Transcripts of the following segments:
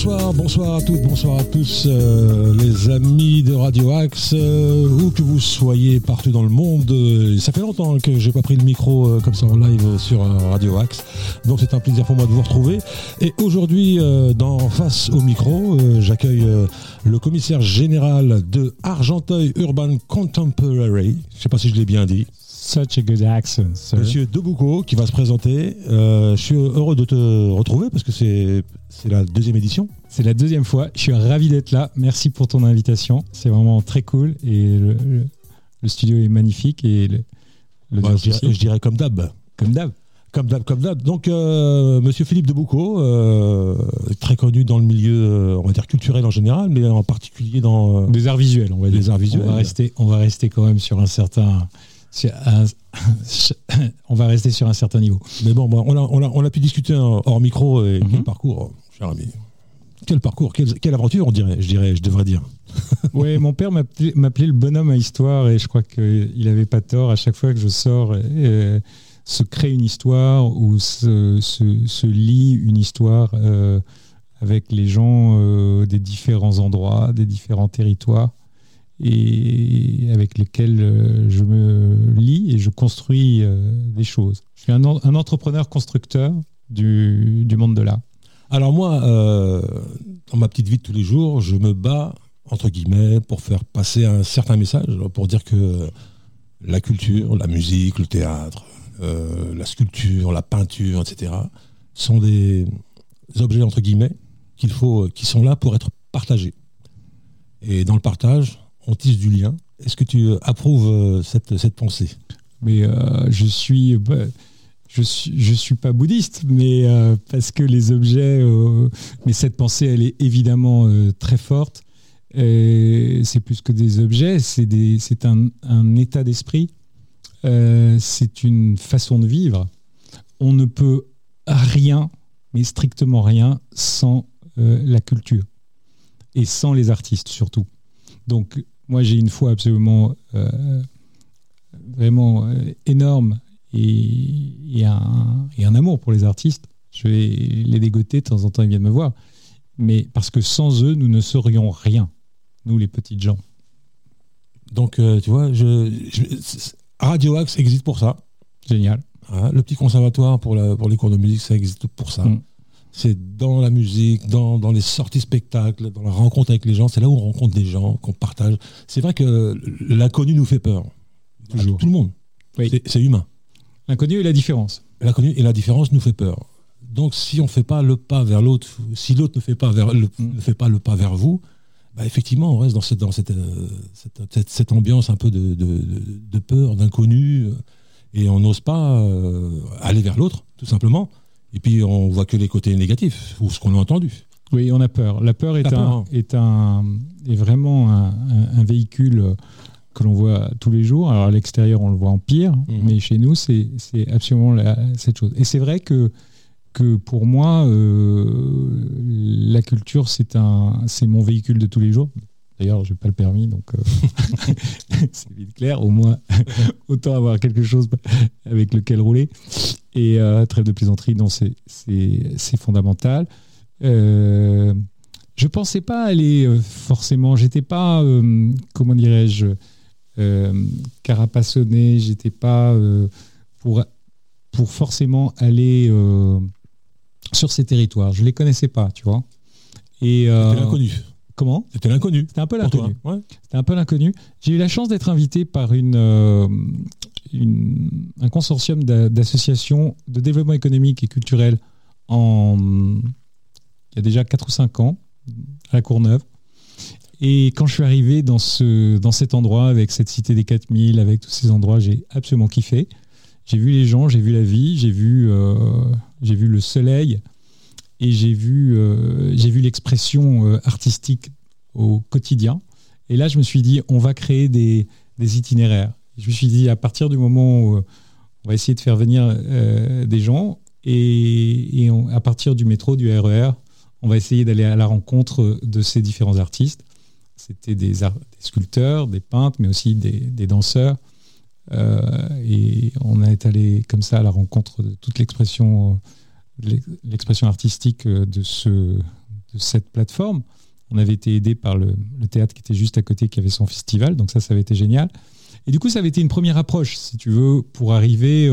Bonsoir à toutes, bonsoir à tous, les amis de Radio Axe, où que vous soyez partout dans le monde. Ça fait longtemps que j'ai pas pris le micro comme ça en live sur Radio Axe, donc c'est un plaisir pour moi de vous retrouver. Et aujourd'hui, face au micro, j'accueille le commissaire général de Argenteuil Urban Contemporary. Je sais pas si je l'ai bien dit. Such a good accent, sir. Monsieur Debouco qui va se présenter. Je suis heureux de te retrouver parce que c'est la deuxième édition. C'est la deuxième fois. Je suis ravi d'être là. Merci pour ton invitation. C'est vraiment très cool et le studio est magnifique et je dirais comme d'hab. Comme d'hab. Donc, Monsieur Philippe Debouco, très connu dans le milieu, on va dire culturel en général, mais en particulier dans des arts visuels. On va dire. Des arts visuels. On va rester quand même sur un certain. On va rester sur un certain niveau. Mais bon, on a pu discuter hors micro et quel parcours, cher ami. Quel parcours, quelle aventure, je devrais dire. Oui, mon père m'appelait le bonhomme à histoire et je crois qu'il n'avait pas tort. À chaque fois que je sors, se crée une histoire ou se lie une histoire avec les gens des différents endroits, des différents territoires, et avec lesquels je me lie et je construis des choses. Je suis un entrepreneur constructeur du monde de l'art. Alors moi, dans ma petite vie de tous les jours, je me bats, entre guillemets, pour faire passer un certain message, pour dire que la culture, la musique, le théâtre, la sculpture, la peinture, etc., sont des objets, entre guillemets, qui sont là pour être partagés. Et dans le partage, on tisse du lien. Est-ce que tu approuves cette pensée ? Mais je suis pas bouddhiste, mais parce que les objets, mais cette pensée, elle est évidemment très forte. Et c'est plus que des objets, c'est un état d'esprit. C'est une façon de vivre. On ne peut rien, mais strictement rien, sans la culture et sans les artistes surtout. Donc moi, j'ai une foi absolument vraiment énorme et un amour pour les artistes. Je vais les dégoter, de temps en temps, ils viennent me voir. Mais parce que sans eux, nous ne serions rien, nous, les petites gens. Donc, tu vois, Radio Axe existe pour ça. Génial. Le petit conservatoire pour les cours de musique, ça existe pour ça. C'est dans la musique, dans les sorties spectacles, dans la rencontre avec les gens. C'est là où on rencontre des gens, qu'on partage. C'est vrai que l'inconnu nous fait peur. Toujours. Tout le monde. Oui. C'est humain. L'inconnu et la différence. L'inconnu et la différence nous fait peur. Donc, si on ne fait pas le pas vers l'autre, si l'autre ne fait pas le pas vers vous, bah effectivement, on reste dans cette ambiance un peu de peur, d'inconnu, et on n'ose pas aller vers l'autre, tout simplement. Et puis, on voit que les côtés négatifs, ou ce qu'on a entendu. Oui, on a peur. La peur est vraiment un véhicule que l'on voit tous les jours. Alors, à l'extérieur, on le voit en pire, mais chez nous, c'est absolument cette chose. Et c'est vrai que pour moi, la culture, c'est mon véhicule de tous les jours. D'ailleurs, je n'ai pas le permis, donc c'est vite clair. Au moins, autant avoir quelque chose avec lequel rouler. Et trêve de plaisanterie, non, c'est fondamental. Je ne pensais pas aller forcément, j'étais pas, comment dirais-je, carapassonné, j'étais pas pour forcément aller sur ces territoires. Je ne les connaissais pas, tu vois. Et c'était l'inconnu. Comment ? C'était l'inconnu. C'était un peu l'inconnu. Ouais. C'était un peu l'inconnu. J'ai eu la chance d'être invité par un consortium d'associations de développement économique et culturel il y a déjà 4 ou 5 ans, à la Courneuve. Et quand je suis arrivé dans cet endroit, avec cette cité des 4000, avec tous ces endroits, j'ai absolument kiffé. J'ai vu les gens, j'ai vu la vie, j'ai vu le soleil et j'ai vu l'expression artistique au quotidien. Et là, je me suis dit, on va créer des itinéraires. Je me suis dit, à partir du moment où on va essayer de faire venir des gens et à partir du métro, du RER, on va essayer d'aller à la rencontre de ces différents artistes. C'était des sculpteurs, des peintres, mais aussi des danseurs. Et on est allé comme ça à la rencontre de toute l'expression artistique de cette plateforme. On avait été aidé par le théâtre qui était juste à côté, qui avait son festival, donc ça avait été génial. Et du coup, ça avait été une première approche, si tu veux, pour arriver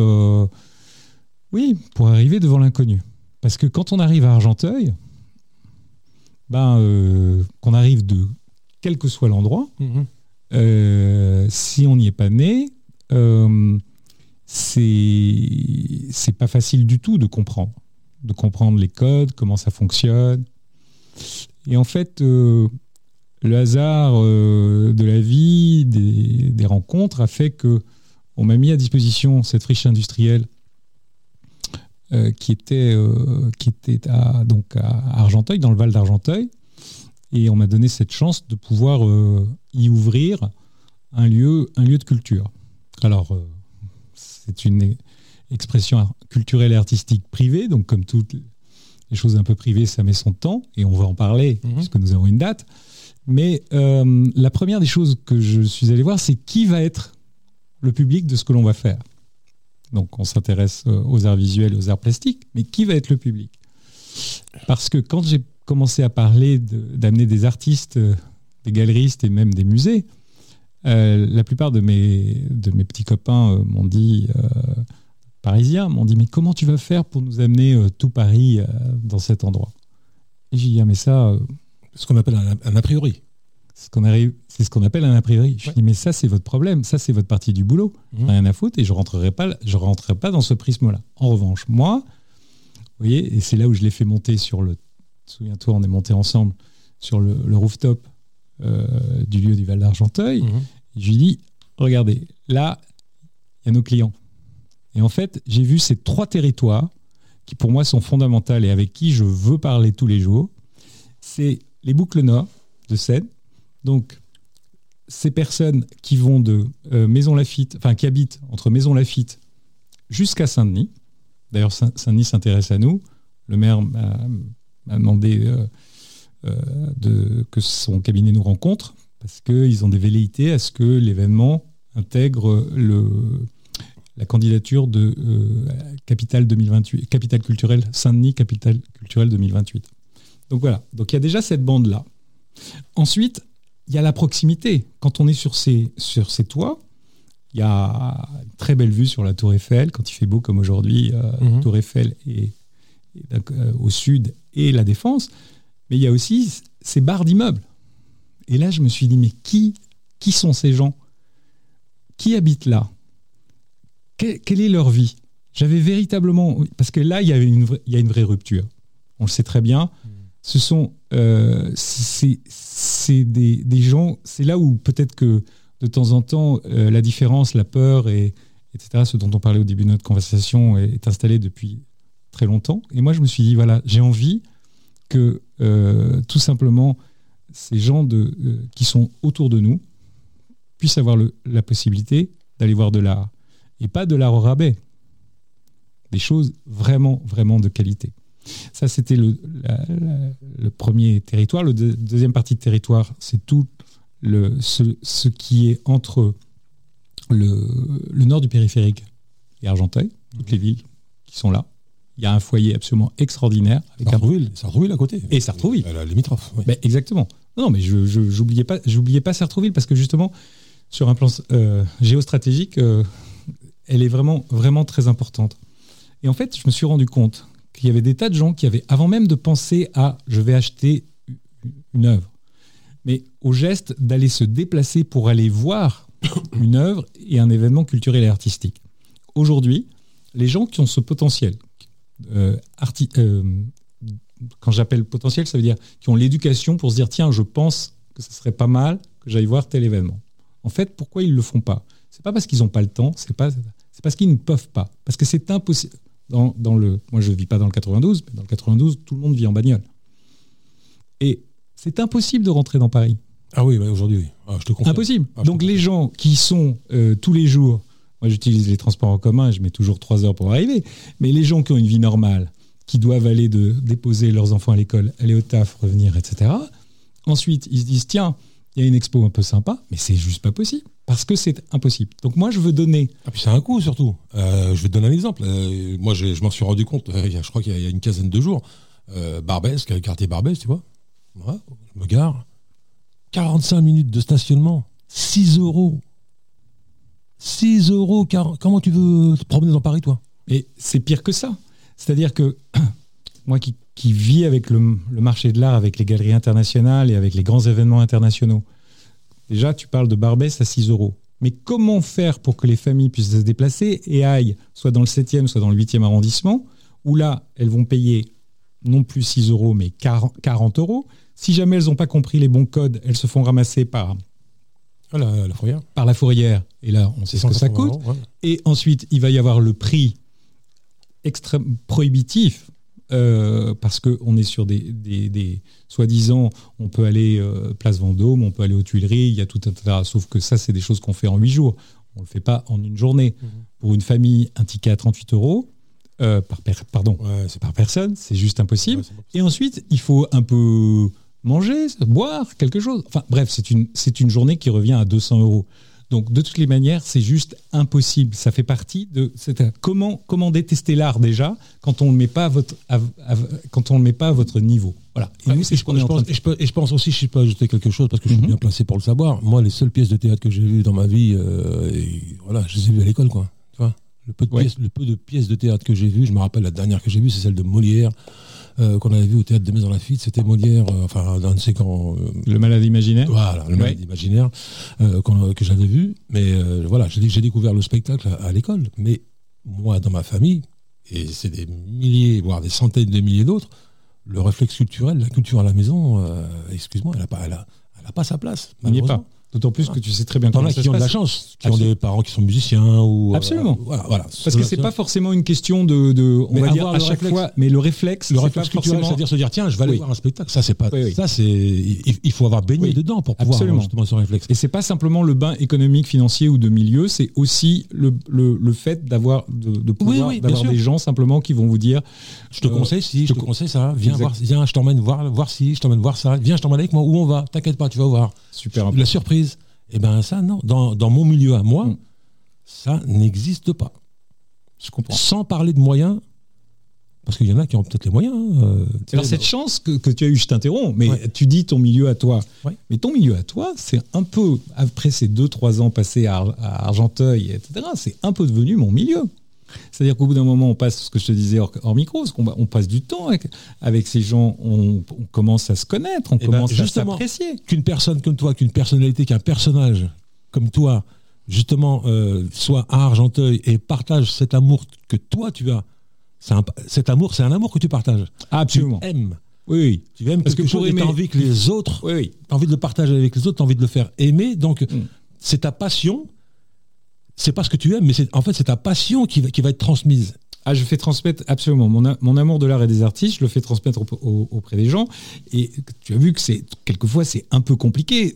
devant l'inconnu. Parce que quand on arrive à Argenteuil, qu'on arrive de quel que soit l'endroit, si on n'y est pas né, c'est pas facile du tout de comprendre les codes, comment ça fonctionne. Et en fait, le hasard de la vie, des rencontres, a fait qu'on m'a mis à disposition cette friche industrielle qui était à Argenteuil, dans le Val d'Argenteuil. Et on m'a donné cette chance de pouvoir y ouvrir un lieu de culture. Alors, c'est une expression culturelle et artistique privée, donc comme toutes les choses un peu privées, ça met son temps, et on va en parler, puisque nous avons une date. Mais la première des choses que je suis allé voir, c'est qui va être le public de ce que l'on va faire. Donc on s'intéresse aux arts visuels et aux arts plastiques, mais qui va être le public ? Parce que quand j'ai commencé à parler d'amener des artistes, des galeristes et même des musées, la plupart de mes petits copains m'ont dit, parisiens, m'ont dit, mais comment tu vas faire pour nous amener tout Paris dans cet endroit ? Et j'ai dit, mais ça... c'est ce qu'on appelle un a priori. C'est ce qu'on appelle un a priori. Je dis, mais ça, c'est votre problème. Ça, c'est votre partie du boulot. Rien à foutre, et je rentrerai pas dans ce prisme-là. En revanche, moi, vous voyez, et c'est là où je l'ai fait monter sur le... Souviens-toi, on est monté ensemble sur le rooftop du lieu du Val d'Argenteuil. Je lui ai dit, regardez, là, il y a nos clients. Et en fait, j'ai vu ces 3 territoires qui, pour moi, sont fondamentaux et avec qui je veux parler tous les jours. C'est les boucles nord de Seine. Donc, ces personnes qui vont de Maison Lafitte, enfin, qui habitent entre Maison Lafitte jusqu'à Saint-Denis. D'ailleurs, Saint-Denis s'intéresse à nous. Le maire m'a demandé que son cabinet nous rencontre, parce qu'ils ont des velléités à ce que l'événement intègre la candidature de Capitale 2028, Capitale culturelle Saint-Denis, Capitale culturelle 2028. Donc voilà, donc il y a déjà cette bande-là. Ensuite, il y a la proximité. Quand on est sur ces toits, il y a une très belle vue sur la Tour Eiffel, quand il fait beau comme aujourd'hui, Tour Eiffel et au sud et la Défense, mais il y a aussi ces barres d'immeubles. Et là, je me suis dit, mais qui sont ces gens ? Qui habitent là ? Quelle est leur vie ? J'avais véritablement... Parce que là, il y a une vraie rupture. On le sait très bien. Ce sont... c'est des gens... C'est là où peut-être que, de temps en temps, la différence, la peur, etc., ce dont on parlait au début de notre conversation, est installée depuis très longtemps. Et moi, je me suis dit, voilà, j'ai envie que, tout simplement, ces gens qui sont autour de nous puissent avoir la possibilité d'aller voir de l'art. Et pas de l'art au rabais. Des choses vraiment, vraiment de qualité. Ça, c'était le premier territoire. La deuxième partie de territoire, c'est tout ce qui est entre le nord du périphérique et Argenteuil, toutes les villes qui sont là. Il y a un foyer absolument extraordinaire. Sartrouville à côté. Et Sartrouville. À la limitrophe. Oui. Ben, exactement. Non, mais j'oubliais pas Sartrouville, parce que justement, sur un plan géostratégique, elle est vraiment, vraiment très importante. Et en fait, je me suis rendu compte qu'il y avait des tas de gens qui avaient, avant même de penser à « je vais acheter une œuvre », mais au geste d'aller se déplacer pour aller voir une œuvre et un événement culturel et artistique. Aujourd'hui, les gens qui ont ce potentiel, quand j'appelle potentiel, ça veut dire qui ont l'éducation pour se dire « tiens, je pense que ce serait pas mal que j'aille voir tel événement ». En fait, pourquoi ils ne le font pas ? C'est pas parce qu'ils n'ont pas le temps, c'est parce qu'ils ne peuvent pas. Parce que c'est impossible. Moi, je ne vis pas dans le 92, mais dans le 92, tout le monde vit en bagnole. Et c'est impossible de rentrer dans Paris. Ah oui, aujourd'hui, oui. Ah, je te confirme. Impossible. Donc les gens qui sont tous les jours, moi j'utilise les transports en commun, je mets toujours 3 heures pour arriver, mais les gens qui ont une vie normale, qui doivent aller déposer leurs enfants à l'école, aller au taf, revenir, etc. Ensuite, ils se disent, tiens, il y a une expo un peu sympa, mais c'est juste pas possible. Parce que c'est impossible. Donc moi, je veux donner... Ah, puis c'est un coût, surtout. Je vais te donner un exemple. Moi, je m'en suis rendu compte, je crois qu'il y a une quinzaine de jours. Barbès, quartier Barbès, tu vois. Moi, je me gare. 45 minutes de stationnement. 6 euros. 6 euros. Comment tu veux te promener dans Paris, toi? Et c'est pire que ça. C'est-à-dire que moi qui vis avec le marché de l'art, avec les galeries internationales et avec les grands événements internationaux, déjà, tu parles de Barbès à 6 euros. Mais comment faire pour que les familles puissent se déplacer et aillent soit dans le 7e, soit dans le 8e arrondissement, où là, elles vont payer non plus 6 euros, mais 40 euros. Si jamais elles n'ont pas compris les bons codes, elles se font ramasser par la fourrière. Par la fourrière. Et là, on sait ce que ça coûte. Ouais. Et ensuite, il va y avoir le prix extrêmement prohibitif, parce qu'on est sur des soi-disant, on peut aller place Vendôme, on peut aller aux Tuileries, il y a tout un tas, sauf que ça, c'est des choses qu'on fait en 8 jours. On ne le fait pas en une journée. Pour une famille, un ticket à 38 euros, par personne, c'est juste impossible. Ouais, et ensuite, il faut un peu manger, boire, quelque chose. Enfin bref, c'est une journée qui revient à 200 euros. Donc de toutes les manières, c'est juste impossible. Ça fait partie de comment détester l'art déjà quand on ne le met pas à votre niveau. Voilà. Et nous, c'est ce qu'on est en train de faire. Et je pense aussi, je ne sais pas ajouter quelque chose parce que je suis bien placé pour le savoir. Moi, les seules pièces de théâtre que j'ai vues dans ma vie, je les ai vues à l'école, quoi. Tu vois, le peu de pièces de théâtre que j'ai vues, je me rappelle la dernière que j'ai vue, c'est celle de Molière. Qu'on avait vu au théâtre des Maisons Laffitte, c'était Molière, d'un de ses grands... Le Malade imaginaire. Voilà, le Malade imaginaire que j'avais vu. Mais j'ai découvert le spectacle à l'école. Mais moi, dans ma famille, et c'est des milliers, voire des centaines de milliers d'autres, le réflexe culturel, la culture à la maison, excuse-moi, elle n'a pas sa place. Il n'y est pas. D'autant plus que tu sais très bien comment ça se passe. Qui ont de la chance, qui ont des parents qui sont musiciens ou absolument. Voilà. Parce que c'est pas forcément une question de on va dire à chaque fois, mais le réflexe culturel, c'est-à-dire se dire tiens, je vais aller voir un spectacle. Ça c'est pas ça, c'est il faut avoir baigné dedans pour pouvoir justement ce réflexe. Et c'est pas simplement le bain économique, financier ou de milieu, c'est aussi le fait d'avoir d'avoir des gens simplement qui vont vous dire je te conseille ça, viens voir, je t'emmène voir ci, je t'emmène voir ça, viens, je t'emmène avec moi où on va, t'inquiète pas, tu vas voir. Super. La surprise. Eh bien ça, non. Dans mon milieu à moi, ça n'existe pas. Je comprends. Sans parler de moyens, parce qu'il y en a qui ont peut-être les moyens. Alors cette chance que tu as eue, je t'interromps, mais tu dis ton milieu à toi. Ouais. Mais ton milieu à toi, c'est un peu, après ces 2-3 ans passés à Argenteuil, etc., c'est un peu devenu mon milieu. C'est-à-dire qu'au bout d'un moment, on passe, ce que je te disais hors micro, on passe du temps avec ces gens, on commence à se connaître, on commence à s'apprécier. Qu'une personne comme toi, qu'une personnalité, qu'un personnage comme toi, justement, soit à Argenteuil et partage cet amour que toi tu as, cet amour, c'est un amour que tu partages. Absolument. Tu aimes. Oui. Tu aimes parce que tu as envie que les autres, tu as envie de le partager avec les autres, tu as envie de le faire aimer, donc c'est ta passion. C'est pas ce que tu aimes, mais c'est ta passion qui va être transmise. Ah, je fais transmettre absolument mon amour de l'art et des artistes, je le fais transmettre auprès des gens. Et tu as vu que quelquefois c'est un peu compliqué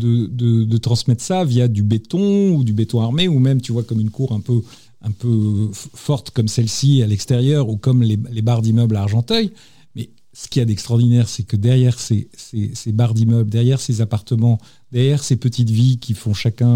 de transmettre ça via du béton ou du béton armé ou même tu vois comme une cour un peu forte comme celle-ci à l'extérieur ou comme les barres d'immeubles à Argenteuil. Mais ce qu'il y a d'extraordinaire, c'est que derrière ces barres d'immeubles, derrière ces appartements, derrière ces petites vies qui font chacun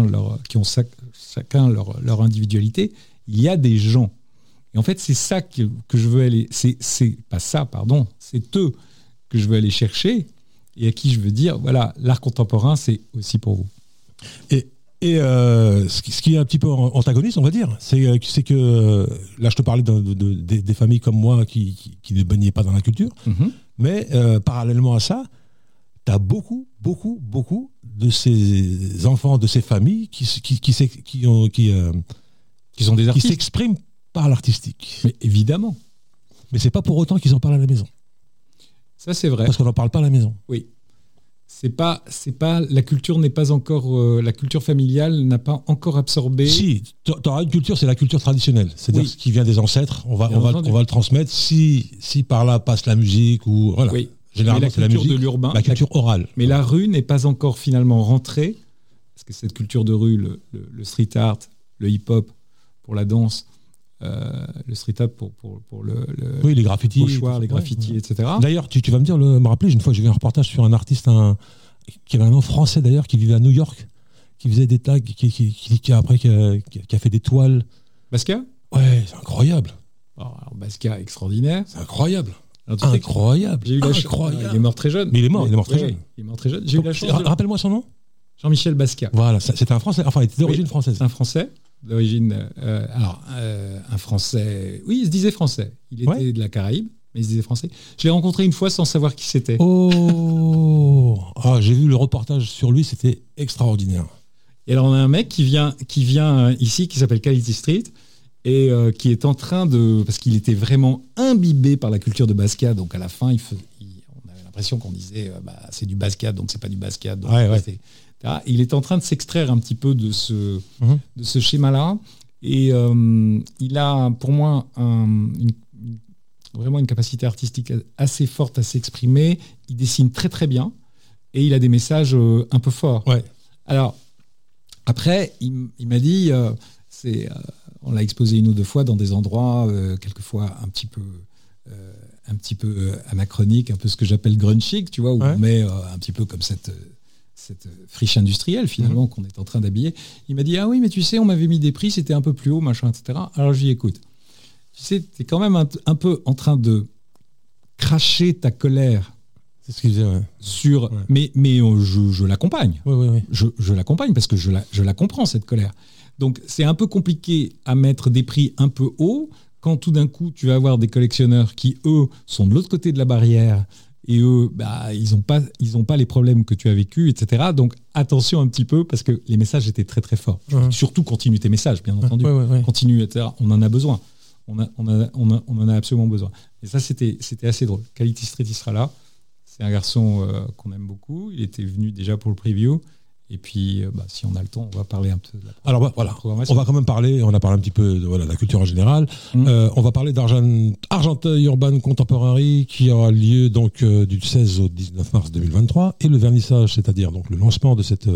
leur individualité, il y a des gens. Et en fait, c'est ça que je veux aller... C'est pas ça, pardon. C'est eux que je veux aller chercher et à qui je veux dire, voilà, l'art contemporain, c'est aussi pour vous. Et ce qui est un petit peu antagoniste, on va dire, c'est que là, je te parlais des familles comme moi qui ne baignaient pas dans la culture, mais parallèlement à ça, tu as beaucoup de ces enfants, de ces familles qui sont des artistes, qui s'expriment par l'artistique. Mais évidemment. Mais c'est pas pour autant qu'ils en parlent à la maison. Ça, c'est vrai. Parce qu'on n'en parle pas à la maison. Oui. C'est pas la culture n'est pas encore la culture familiale n'a pas encore absorbé. Si, tu auras une culture, c'est la culture traditionnelle, c'est-à-dire ce qui vient des ancêtres. On va le transmettre. Si par là passe la musique ou voilà. Oui. Généralement, c'est la musique, de l'urbain, la culture orale. Mais la rue n'est pas encore finalement rentrée, parce que cette culture de rue, le street art, le hip-hop pour la danse, le street art pour les graffitis, pochoirs, les graffitis, etc. D'ailleurs, tu vas me rappeler, une fois j'ai vu un reportage sur un artiste qui avait un nom français d'ailleurs, qui vivait à New York, qui faisait des tags, qui a fait des toiles. Basquiat ? Ouais, c'est incroyable. Alors Basquiat, extraordinaire. C'est incroyable. Alors, tu sais Incroyable. j'ai eu la chance- Incroyable. Il est mort très jeune. Mais il est mort très jeune. Il est mort très jeune. J'ai eu la chance de... Rappelle-moi son nom. Jean-Michel Basquiat. Voilà, c'était un Français. Enfin, il était d'origine française. C'est un Français d'origine. Un Français. Oui, il se disait français. Il était de la Caraïbe, mais il se disait français. Je l'ai rencontré une fois sans savoir qui c'était. Oh, j'ai vu le reportage sur lui, c'était extraordinaire. Et alors, on a un mec qui vient ici, qui s'appelle Quality Street, et qui est en train de... Parce qu'il était vraiment imbibé par la culture de Basquiat, donc à la fin, on avait l'impression qu'on disait c'est du Basquiat, donc c'est pas du Basquiat. Donc il est en train de s'extraire un petit peu de ce schéma-là, et il a, pour moi, vraiment une capacité artistique assez forte à s'exprimer. Il dessine très très bien, et il a des messages un peu forts. Ouais. Alors, après, il m'a dit, on l'a exposé une ou deux fois dans des endroits, quelquefois un petit peu anachronique, un peu ce que j'appelle grunchic, tu vois, où on met un petit peu comme cette friche industrielle, finalement, qu'on est en train d'habiller. Il m'a dit, ah oui, mais tu sais, on m'avait mis des prix, c'était un peu plus haut, machin, etc. Alors, je lui écoute. Tu sais, t'es quand même un peu en train de cracher ta colère. C'est ce qu'il disait, sur. Ouais. Mais je l'accompagne. Oui. Je l'accompagne parce que je la comprends, cette colère. Donc, c'est un peu compliqué à mettre des prix un peu hauts quand tout d'un coup, tu vas avoir des collectionneurs qui, eux, sont de l'autre côté de la barrière et eux, ils ont pas les problèmes que tu as vécu, etc. Donc, attention un petit peu parce que les messages étaient très, très forts. Surtout, continue tes messages, bien entendu. Continue, etc. On en a besoin. On en a absolument besoin. Et ça, c'était assez drôle. Quality Street, il sera là. C'est un garçon qu'on aime beaucoup. Il était venu déjà pour le preview. Et puis, si on a le temps, on va parler un peu de la programmation. On va quand même parler, on a parlé un petit peu de la culture en général. On va parler d'Argenteuil Urban Contemporary qui aura lieu donc du 16 au 19 mars 2023. Et le vernissage, c'est-à-dire donc le lancement de cette...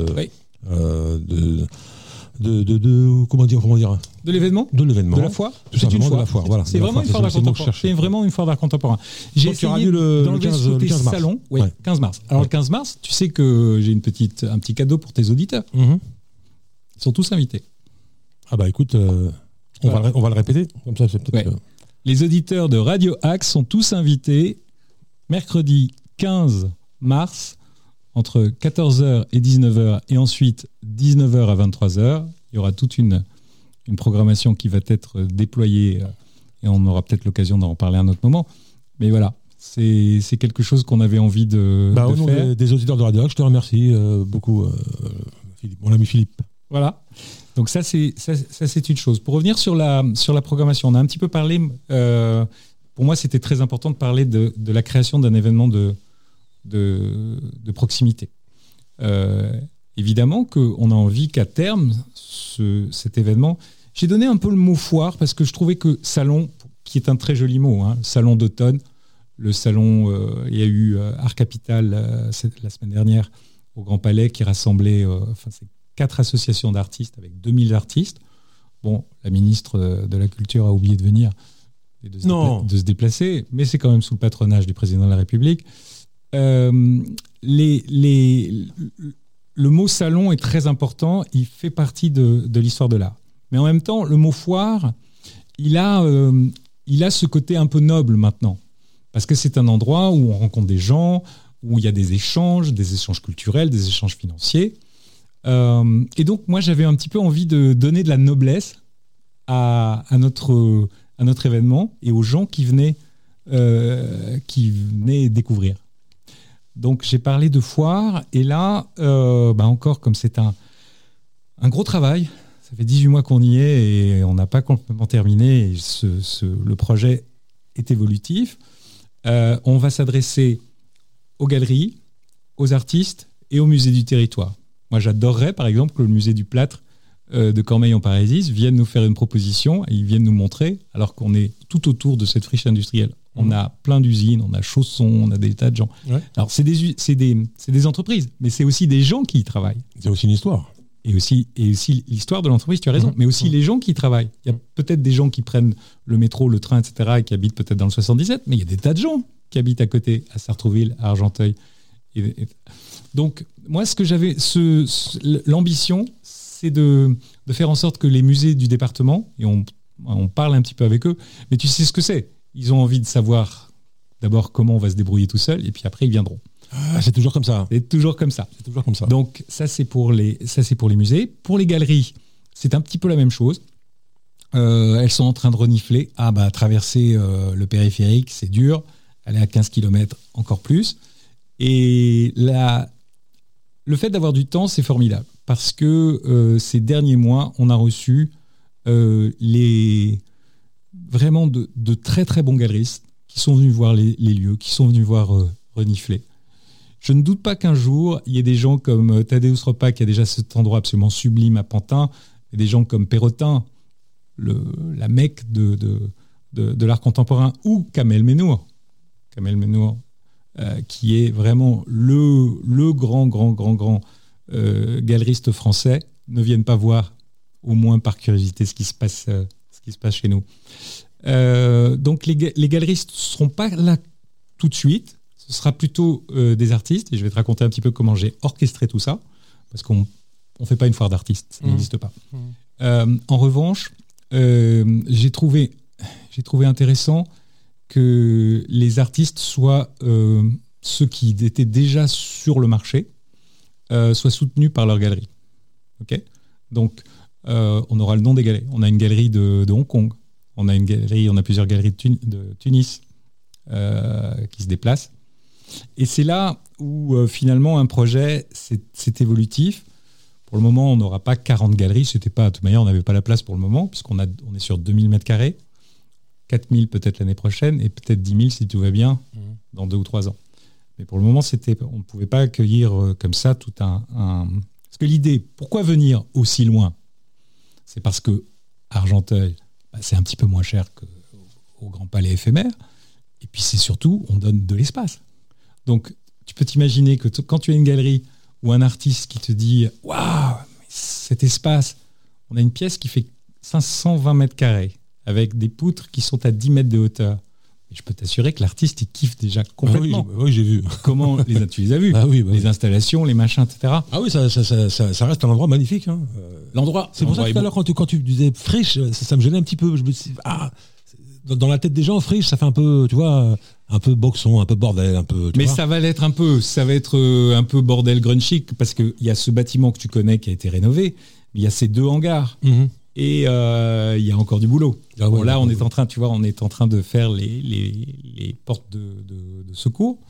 comment dire de l'événement de la foire, tout simplement de la foire, voilà. C'est vraiment une foire d'art contemporain. C'est vraiment une foire d'art contempoin. J'ai essayé d'enlever ce côté salon. 15 mars. Alors le 15 mars, tu sais que j'ai un petit cadeau pour tes auditeurs. Ils sont tous invités. Ah bah écoute, on va le répéter comme ça, c'est peut-être. Les auditeurs de Radio Axe sont tous invités mercredi 15 mars entre 14h et 19h et ensuite 19h à 23h. Il y aura toute une programmation qui va être déployée et on aura peut-être l'occasion d'en parler à un autre moment. Mais voilà, c'est quelque chose qu'on avait envie de au nom faire. Des auditeurs de Radio Axe, je te remercie beaucoup, Philippe, mon ami Philippe. Voilà. Donc ça c'est une chose. Pour revenir sur la programmation, on a un petit peu parlé, pour moi c'était très important de parler de la création d'un événement de proximité. Évidemment qu'on a envie qu'à terme, cet événement... J'ai donné un peu le mot foire parce que je trouvais que salon, qui est un très joli mot, salon d'automne, le salon, il y a eu Art Capital la semaine dernière au Grand Palais qui rassemblait c'est 4 associations d'artistes avec 2000 artistes. Bon, la ministre de la Culture a oublié de venir et de se déplacer, mais c'est quand même sous le patronage du président de la République. Le mot salon est très important, il fait partie de l'histoire de l'art. Mais en même temps, le mot foire, il a ce côté un peu noble maintenant. Parce que c'est un endroit où on rencontre des gens, où il y a des échanges culturels, des échanges financiers. Et donc, moi, j'avais un petit peu envie de donner de la noblesse à notre événement et aux gens qui venaient découvrir. Donc, j'ai parlé de foire. Et là, encore, comme c'est un gros travail, ça fait 18 mois qu'on y est et on n'a pas complètement terminé. Et le projet est évolutif. On va s'adresser aux galeries, aux artistes et au musée du territoire. Moi, j'adorerais, par exemple, que le musée du Plâtre de Cormeilles-en-Parésis vienne nous faire une proposition et ils viennent nous montrer, alors qu'on est tout autour de cette friche industrielle. On a plein d'usines, on a Chausson, on a des tas de gens. Ouais. Alors, c'est des entreprises, mais c'est aussi des gens qui y travaillent. C'est aussi une histoire. Et aussi l'histoire de l'entreprise, tu as raison, mais aussi les gens qui y travaillent. Il y a peut-être des gens qui prennent le métro, le train, etc., et qui habitent peut-être dans le 77, mais il y a des tas de gens qui habitent à côté, à Sartrouville, à Argenteuil. Donc, moi, ce que j'avais, l'ambition, c'est de faire en sorte que les musées du département, et on parle un petit peu avec eux, mais tu sais ce que c'est. Ils ont envie de savoir d'abord comment on va se débrouiller tout seul, et puis après ils viendront. Ah, c'est toujours comme ça. C'est toujours comme ça. C'est toujours comme ça. Donc ça c'est pour les musées. Pour les galeries, c'est un petit peu la même chose. Elles sont en train de renifler. Ah bah traverser le périphérique, c'est dur. Aller à 15 km, encore plus. Et le fait d'avoir du temps, c'est formidable. Parce que ces derniers mois, on a reçu vraiment de très très bons galeristes qui sont venus voir les lieux, qui sont venus voir renifler. Je ne doute pas qu'un jour, il y ait des gens comme Tadeusz Ropa, qui a déjà cet endroit absolument sublime à Pantin, et des gens comme Perrotin, la Mecque de l'art contemporain, ou Kamel Mennour, qui est vraiment le grand galeriste français, ne viennent pas voir, au moins par curiosité, ce qui se passe chez nous. Donc les galeristes ne seront pas là tout de suite. Ce sera plutôt des artistes, et je vais te raconter un petit peu comment j'ai orchestré tout ça, parce qu'on ne fait pas une foire d'artistes, ça n'existe pas. En revanche, j'ai trouvé intéressant que les artistes soient ceux qui étaient déjà sur le marché, soient soutenus par leur galerie. Okay, donc, on aura le nom des galeries. On a une galerie de Hong Kong, on a plusieurs galeries de Tunis qui se déplacent. Et c'est là où finalement un projet, c'est évolutif. Pour le moment, on n'aura pas 40 galeries. C'était pas, de toute manière, on n'avait pas la place pour le moment, puisqu'on est sur 2000 m², 4000 peut-être l'année prochaine, et peut-être 10 000 si tout va bien, dans 2 ou 3 ans. Mais pour le moment, on ne pouvait pas accueillir comme ça tout un... Parce que l'idée, pourquoi venir aussi loin ? C'est parce que Argenteuil, c'est un petit peu moins cher qu'au Grand Palais éphémère. Et puis c'est surtout, on donne de l'espace. Donc tu peux t'imaginer que quand tu as une galerie ou un artiste qui te dit « Waouh, cet espace, on a une pièce qui fait 520 m², avec des poutres qui sont à 10 mètres de hauteur. » Et je peux t'assurer que l'artiste, il kiffe déjà complètement. Ah oui, j'ai vu. Comment tu les as vus? Les installations, les machins, etc. Ah oui, ça reste un endroit magnifique. Hein. L'endroit. C'est pour ça que tout à l'heure, quand tu disais friche, ça me gênait un petit peu. Je me dis, dans la tête des gens, friche, ça fait un peu, tu vois, un peu boxon, un peu bordel, un peu. Mais ça va l'être un peu. Ça va être un peu bordel grunge chic, parce qu'il y a ce bâtiment que tu connais qui a été rénové, mais il y a ces 2 hangars. Et il y a encore du boulot. Là, on est en train de faire les portes de secours.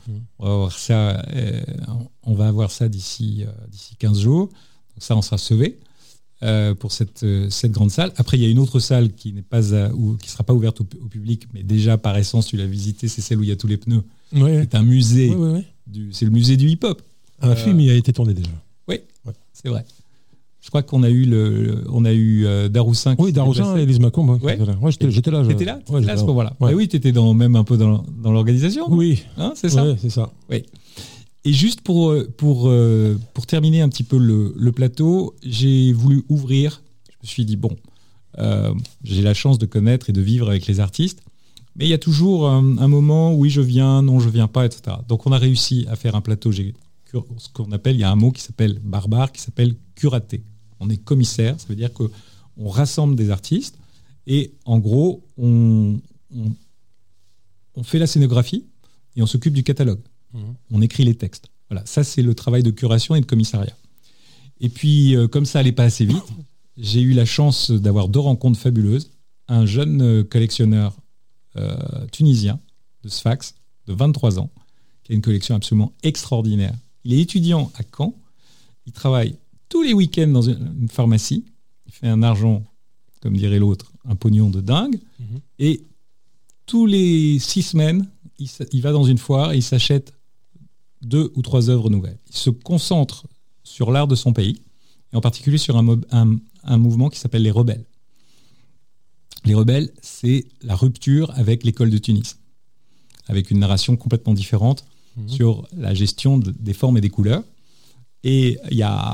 On va avoir ça d'ici 15 jours. Donc ça, on sera sauvé pour cette grande salle. Après, il y a une autre salle qui sera pas ouverte au public, mais déjà par essence, tu l'as visité, c'est celle où il y a tous les pneus. C'est un musée. C'est le musée du hip-hop. Un film y a été tourné déjà. Oui, c'est vrai. Je crois qu'on a eu Daroussin. Oui, Daroussin et Elise Macomb. J'étais là. T'étais là à ce moment-là. Oui, t'étais même un peu dans l'organisation. Oui. Hein, c'est ça. Oui, c'est ça. Oui. Et juste pour terminer un petit peu le plateau, j'ai voulu ouvrir. Je me suis dit, j'ai la chance de connaître et de vivre avec les artistes, mais il y a toujours un moment, oui, je viens, non, je viens pas, etc. Donc on a réussi à faire un plateau, ce qu'on appelle, il y a un mot qui s'appelle barbare, qui s'appelle curaté. On est commissaire, ça veut dire qu'on rassemble des artistes et en gros, on fait la scénographie et on s'occupe du catalogue. On écrit les textes. Voilà, ça c'est le travail de curation et de commissariat. Et puis, comme ça allait pas assez vite, j'ai eu la chance d'avoir 2 rencontres fabuleuses. Un jeune collectionneur tunisien de Sfax, de 23 ans, qui a une collection absolument extraordinaire. Il est étudiant à Caen, il travaille tous les week-ends dans une pharmacie, il fait un argent, comme dirait l'autre, un pognon de dingue, et tous les 6 semaines, il va dans une foire et il s'achète 2 ou 3 œuvres nouvelles. Il se concentre sur l'art de son pays, et en particulier sur un mouvement qui s'appelle les rebelles. Les rebelles, c'est la rupture avec l'école de Tunis, avec une narration complètement différente sur la gestion des formes et des couleurs. Et il y a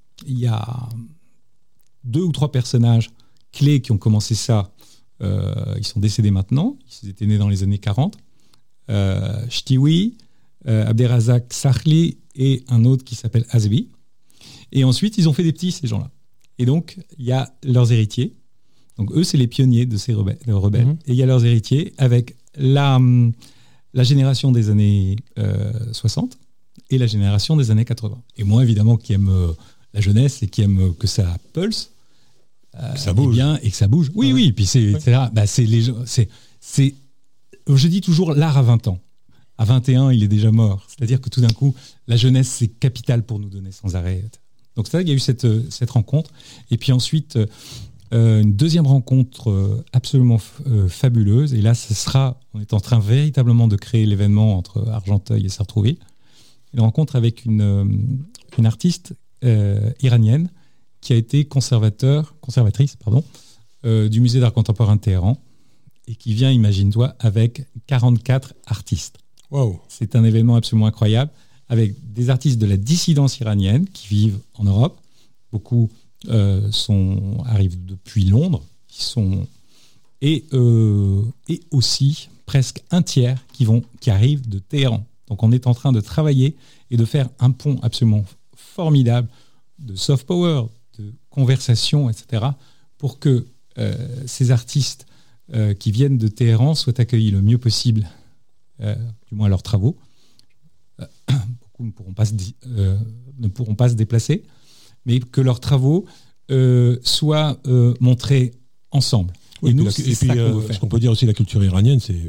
2 ou 3 personnages clés qui ont commencé ça. Ils sont décédés maintenant. Ils étaient nés dans les années 40. Ch'tiwi, Abderrazak Sahli et un autre qui s'appelle Azbi. Et ensuite, ils ont fait des petits, ces gens-là. Et donc, il y a leurs héritiers. Donc, eux, c'est les pionniers de ces rebelles. Et il y a leurs héritiers avec la la génération des années 60 et la génération des années 80. Et moi, évidemment, qui aime la jeunesse et qui aime que ça pulse, ça bouge. Et que ça bouge. Oui, oui. Puis c'est les gens. Je dis toujours l'art à 20 ans. À 21, il est déjà mort. C'est-à-dire que tout d'un coup, la jeunesse, c'est capital pour nous donner sans arrêt. Donc ça, il y a eu cette rencontre. Et puis ensuite, une deuxième rencontre absolument fabuleuse. Et là, on est en train véritablement de créer l'événement entre Argenteuil et Sartrouville. Une rencontre avec une artiste iranienne qui a été conservatrice du musée d'art contemporain de Téhéran et qui vient, imagine-toi, avec 44 artistes. Wow. C'est un événement absolument incroyable avec des artistes de la dissidence iranienne qui vivent en Europe. Beaucoup arrivent depuis Londres, et aussi presque un tiers qui arrivent de Téhéran. Donc on est en train de travailler et de faire un pont absolument formidable de soft power, de conversation, etc., pour que ces artistes qui viennent de Téhéran soient accueillis le mieux possible, du moins leurs travaux. Beaucoup ne pourront pas se déplacer, mais que leurs travaux soient montrés ensemble. Oui, et nous, c'est ça qu'on veut faire. Ce qu'on peut dire aussi, la culture iranienne, c'est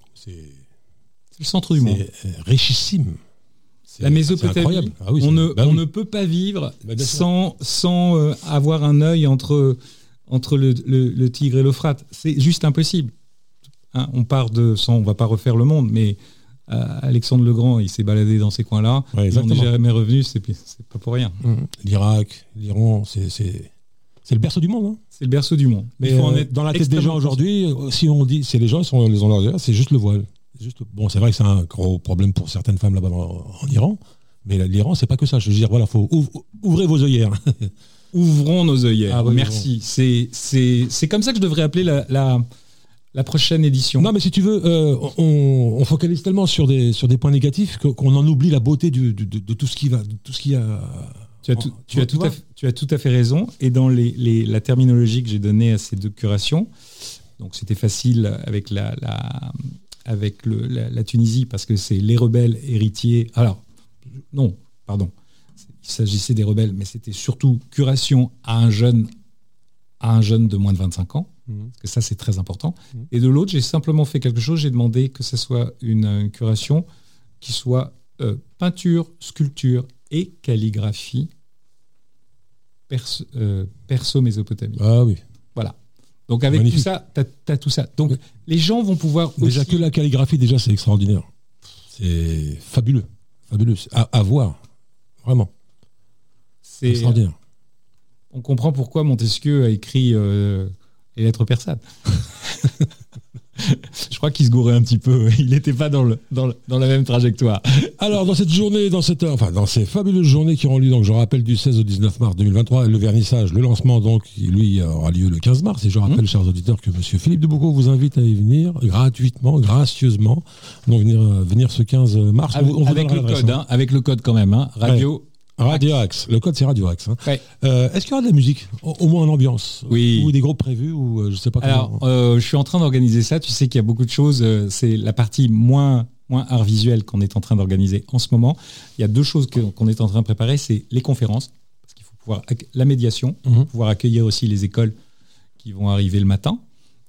le centre du monde. C'est richissime. La Mésopotamie, on ne peut pas vivre sans avoir un œil entre le Tigre et l'Euphrate. C'est juste impossible. Hein, on va pas refaire le monde, mais Alexandre le Grand, il s'est baladé dans ces coins-là. Ouais, on n'est jamais revenu, c'est pas pour rien. L'Irak, l'Iran, c'est le berceau du monde. Hein. C'est le berceau du monde. Mais il faut en être dans la tête des gens aujourd'hui, si on dit, c'est les gens, les ont c'est juste le voile. Bon, c'est vrai que c'est un gros problème pour certaines femmes là-bas en Iran, mais l'Iran, c'est pas que ça. Je veux dire, voilà, faut ouvrez vos œillères. Ouvrons nos œillères. Oui, merci. C'est comme ça que je devrais appeler la prochaine édition. Non, mais si tu veux, on focalise tellement sur des points négatifs qu'on en oublie la beauté de tout ce qui va, de tout ce qui a. Tu as tout à fait raison. Et dans la terminologie que j'ai donnée à ces deux curations, donc c'était facile avec la Tunisie parce que c'est les rebelles héritiers. Alors, non, pardon. Il s'agissait des rebelles, mais c'était surtout curation à un jeune de moins de 25 ans. Parce que ça, c'est très important. Et de l'autre, j'ai simplement fait quelque chose. J'ai demandé que ce soit une curation qui soit peinture, sculpture et calligraphie perso-mésopotamie. Ah oui. Voilà. Donc avec magnifique. Tout ça, t'as tout ça. Donc les gens vont pouvoir déjà aussi... que la calligraphie, déjà, c'est extraordinaire. C'est fabuleux. À voir. Vraiment. C'est extraordinaire. On comprend pourquoi Montesquieu a écrit les lettres persanes. Je crois qu'il se gourait un petit peu. Il n'était pas dans la même trajectoire. Alors, dans cette journée, dans ces fabuleuses journées qui auront lieu, donc, je rappelle, du 16 au 19 mars 2023, le vernissage, le lancement, donc, lui, aura lieu le 15 mars. Et je rappelle, chers auditeurs, que monsieur Philippe de Boucault vous invite à y venir gratuitement, gracieusement. Donc, venir ce 15 mars. Avec le code quand même, hein. Radio Axe. Le code, c'est Radio Axe. Hein. Ouais. Est-ce qu'il y aura de la musique, au moins en ambiance, oui. Ou des groupes prévus, ou je sais pas. Alors, je suis en train d'organiser ça. Tu sais qu'il y a beaucoup de choses. C'est la partie moins art visuel qu'on est en train d'organiser en ce moment. Il y a deux choses qu'on est en train de préparer. C'est les conférences, parce qu'il faut pouvoir la médiation, pouvoir accueillir aussi les écoles qui vont arriver le matin.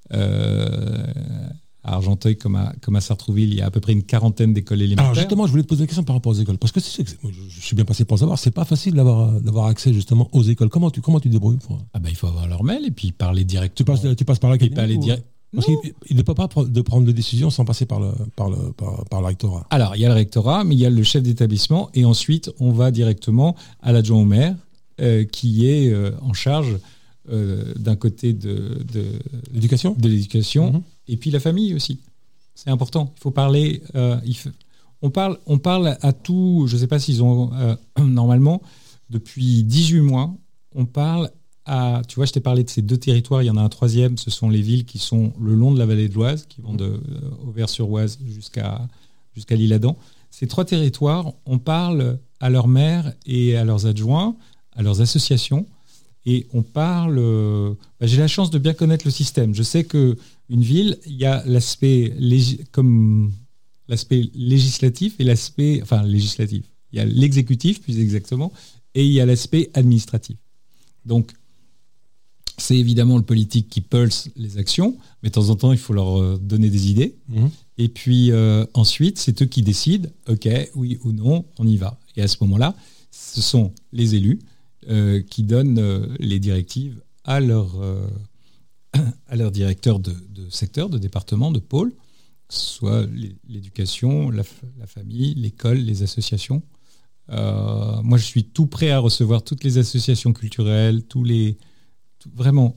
À Argenteuil comme à Sartrouville, il y a à peu près une quarantaine d'écoles élémentaires. Alors justement, je voulais te poser la question par rapport aux écoles, parce que moi, je suis bien passé pour le savoir, c'est pas facile d'avoir accès justement aux écoles. Comment tu débrouilles pour... il faut avoir leur mail et puis parler directement. Tu passes par là, parce qu'il ne peut pas prendre de décision sans passer par le rectorat. Alors, il y a le rectorat, mais il y a le chef d'établissement, et ensuite, on va directement à l'adjoint au maire, qui est en charge d'un côté de l'éducation, et puis la famille aussi. C'est important. Il faut parler. On parle à tout. Je ne sais pas s'ils ont normalement depuis 18 mois. On parle à. Tu vois, je t'ai parlé de ces deux territoires. Il y en a un troisième. Ce sont les villes qui sont le long de la vallée de l'Oise, qui vont de Auvers-sur-Oise jusqu'à l'Isle-Adam. Ces trois territoires, on parle à leurs maires et à leurs adjoints, à leurs associations. Et on parle... j'ai la chance de bien connaître le système. Je sais qu'une ville, il y a l'aspect... comme l'aspect législatif et l'aspect... Enfin, législatif. Il y a l'exécutif, plus exactement, et il y a l'aspect administratif. Donc, c'est évidemment le politique qui pulse les actions, mais de temps en temps, il faut leur donner des idées. Et puis ensuite, c'est eux qui décident, OK, oui ou non, on y va. Et à ce moment-là, ce sont les élus qui donnent les directives à leur directeur de secteur, de département, de pôle, que ce soit l'éducation, la famille, l'école, les associations. Moi, je suis tout prêt à recevoir toutes les associations culturelles, vraiment,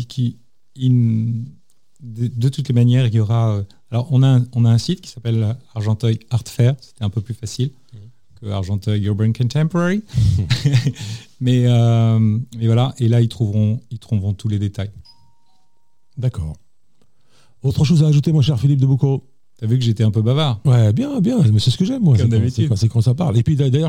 de toutes les manières, il y aura... alors, on a un site qui s'appelle Argenteuil Art Fair. C'était un peu plus facile que Argenteuil Urban Contemporary. mais voilà, et là, ils trouveront tous les détails. D'accord. Autre chose à ajouter, mon cher Philippe de Boucaud? T'as vu que j'étais un peu bavard? Ouais, bien, mais c'est ce que j'aime, moi. Comme d'habitude. C'est quand ça parle. Et puis d'ailleurs,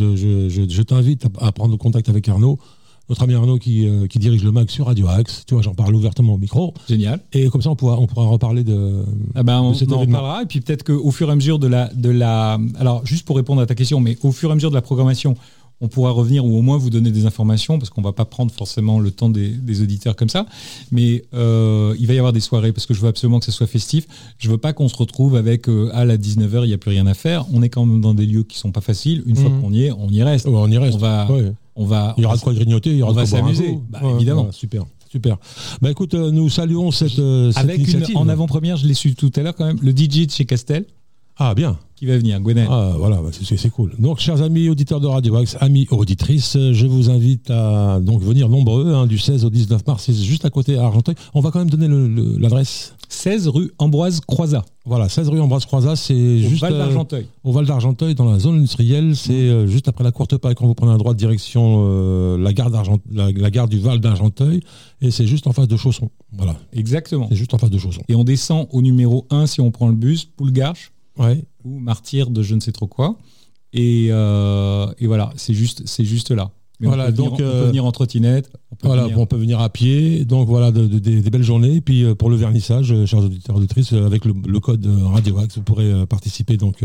je t'invite à prendre contact avec Arnaud, notre ami Arnaud qui dirige le MAG sur Radio Axe. Tu vois, j'en parle ouvertement au micro. Génial. Et comme ça, on pourra reparler de cet événement. On en parlera. Et puis peut-être qu'au fur et à mesure de la... Alors, juste pour répondre à ta question, mais au fur et à mesure de la programmation, on pourra revenir ou au moins vous donner des informations, parce qu'on ne va pas prendre forcément le temps des auditeurs comme ça. Mais il va y avoir des soirées, parce que je veux absolument que ce soit festif. Je ne veux pas qu'on se retrouve avec à la 19h, il n'y a plus rien à faire. On est quand même dans des lieux qui ne sont pas faciles. Une fois qu'on y est, on y reste. Ouais, on y reste. Il y aura de quoi grignoter, il y aura de quoi s'amuser. Évidemment. Voilà, super. Bah écoute, nous saluons cette avec initiative. En avant-première, je l'ai su tout à l'heure quand même, le DJ de chez Castel. Ah bien. Qui va venir, Gwenaël. Ah voilà, c'est cool. Donc, chers amis auditeurs de Radio Axe, amis auditrices, je vous invite à donc venir nombreux du 16 au 19 mars, c'est juste à côté à Argenteuil. On va quand même donner l'adresse. 16 rue Ambroise Croizat. Voilà, 16 rue Ambroise Croizat, c'est juste Val d'Argenteuil. Au Val d'Argenteuil, dans la zone industrielle, c'est juste après la Courte Paille, quand vous prenez un droit de direction la gare du Val d'Argenteuil, et c'est juste en face de Chausson. Voilà. Exactement. C'est juste en face de Chausson. Et on descend au numéro 1 si on prend le bus, Poulgarche. Ouais. Ou Martyr de je ne sais trop quoi. Et voilà, c'est juste là. Mais voilà, on peut venir en trottinette. On peut venir à pied. Donc voilà, des belles journées. Et puis pour le vernissage, chers auditeurs et auditrices, avec le code Radio Axe, vous pourrez participer donc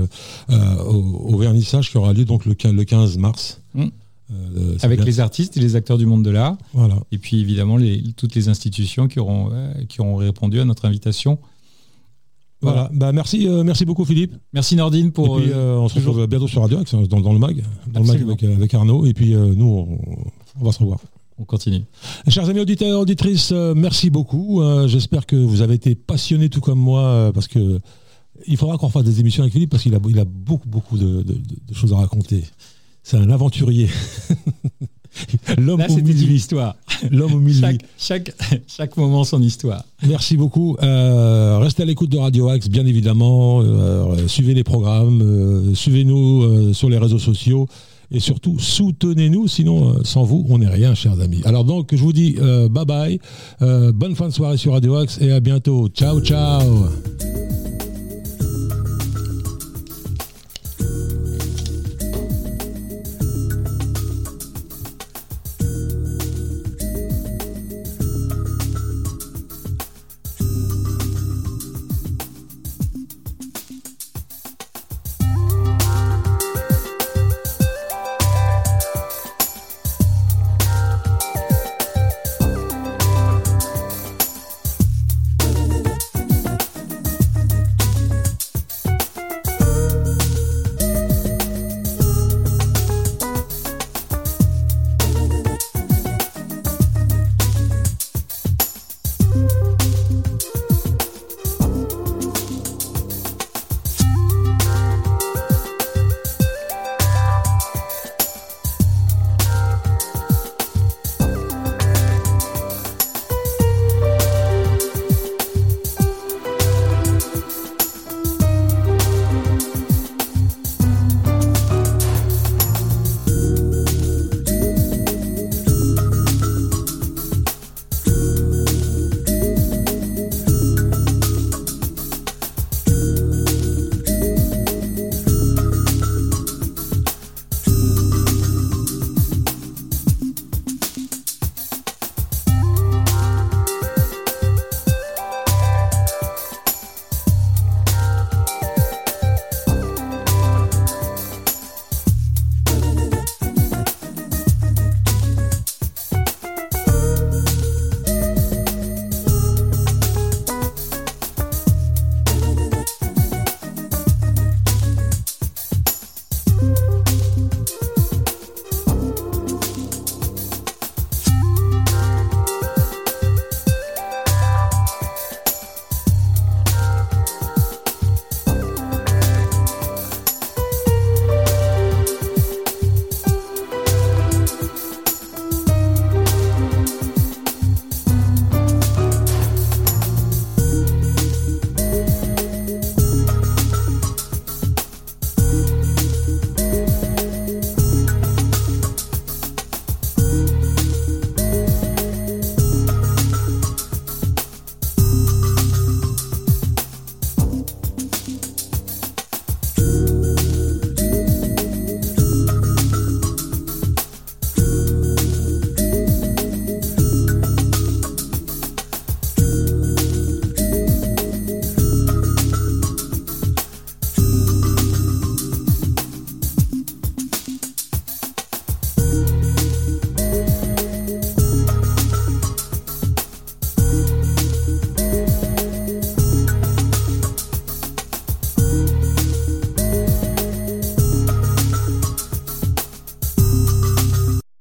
au vernissage qui aura lieu donc le 15 mars. Avec les artistes et les acteurs du monde de l'art. Voilà. Et puis évidemment toutes les institutions qui auront répondu à notre invitation. Voilà. Bah merci beaucoup Philippe. Merci Nordine pour. Et puis on se retrouve bientôt sur Radio Axe dans le mag, avec Arnaud. Et puis nous on va se revoir. On continue. Chers amis auditeurs et auditrices, merci beaucoup. J'espère que vous avez été passionnés tout comme moi, parce que il faudra qu'on fasse des émissions avec Philippe parce qu'il a beaucoup de choses à raconter. C'est un aventurier. Là, c'était une histoire. L'homme au milieu. Chaque moment son histoire. Merci beaucoup. Restez à l'écoute de Radio Axe, bien évidemment. Suivez les programmes. Suivez-nous sur les réseaux sociaux. Et surtout, soutenez-nous. Sinon, sans vous, on n'est rien, chers amis. Alors donc, je vous dis bye bye. Bonne fin de soirée sur Radio Axe et à bientôt. Ciao, ciao.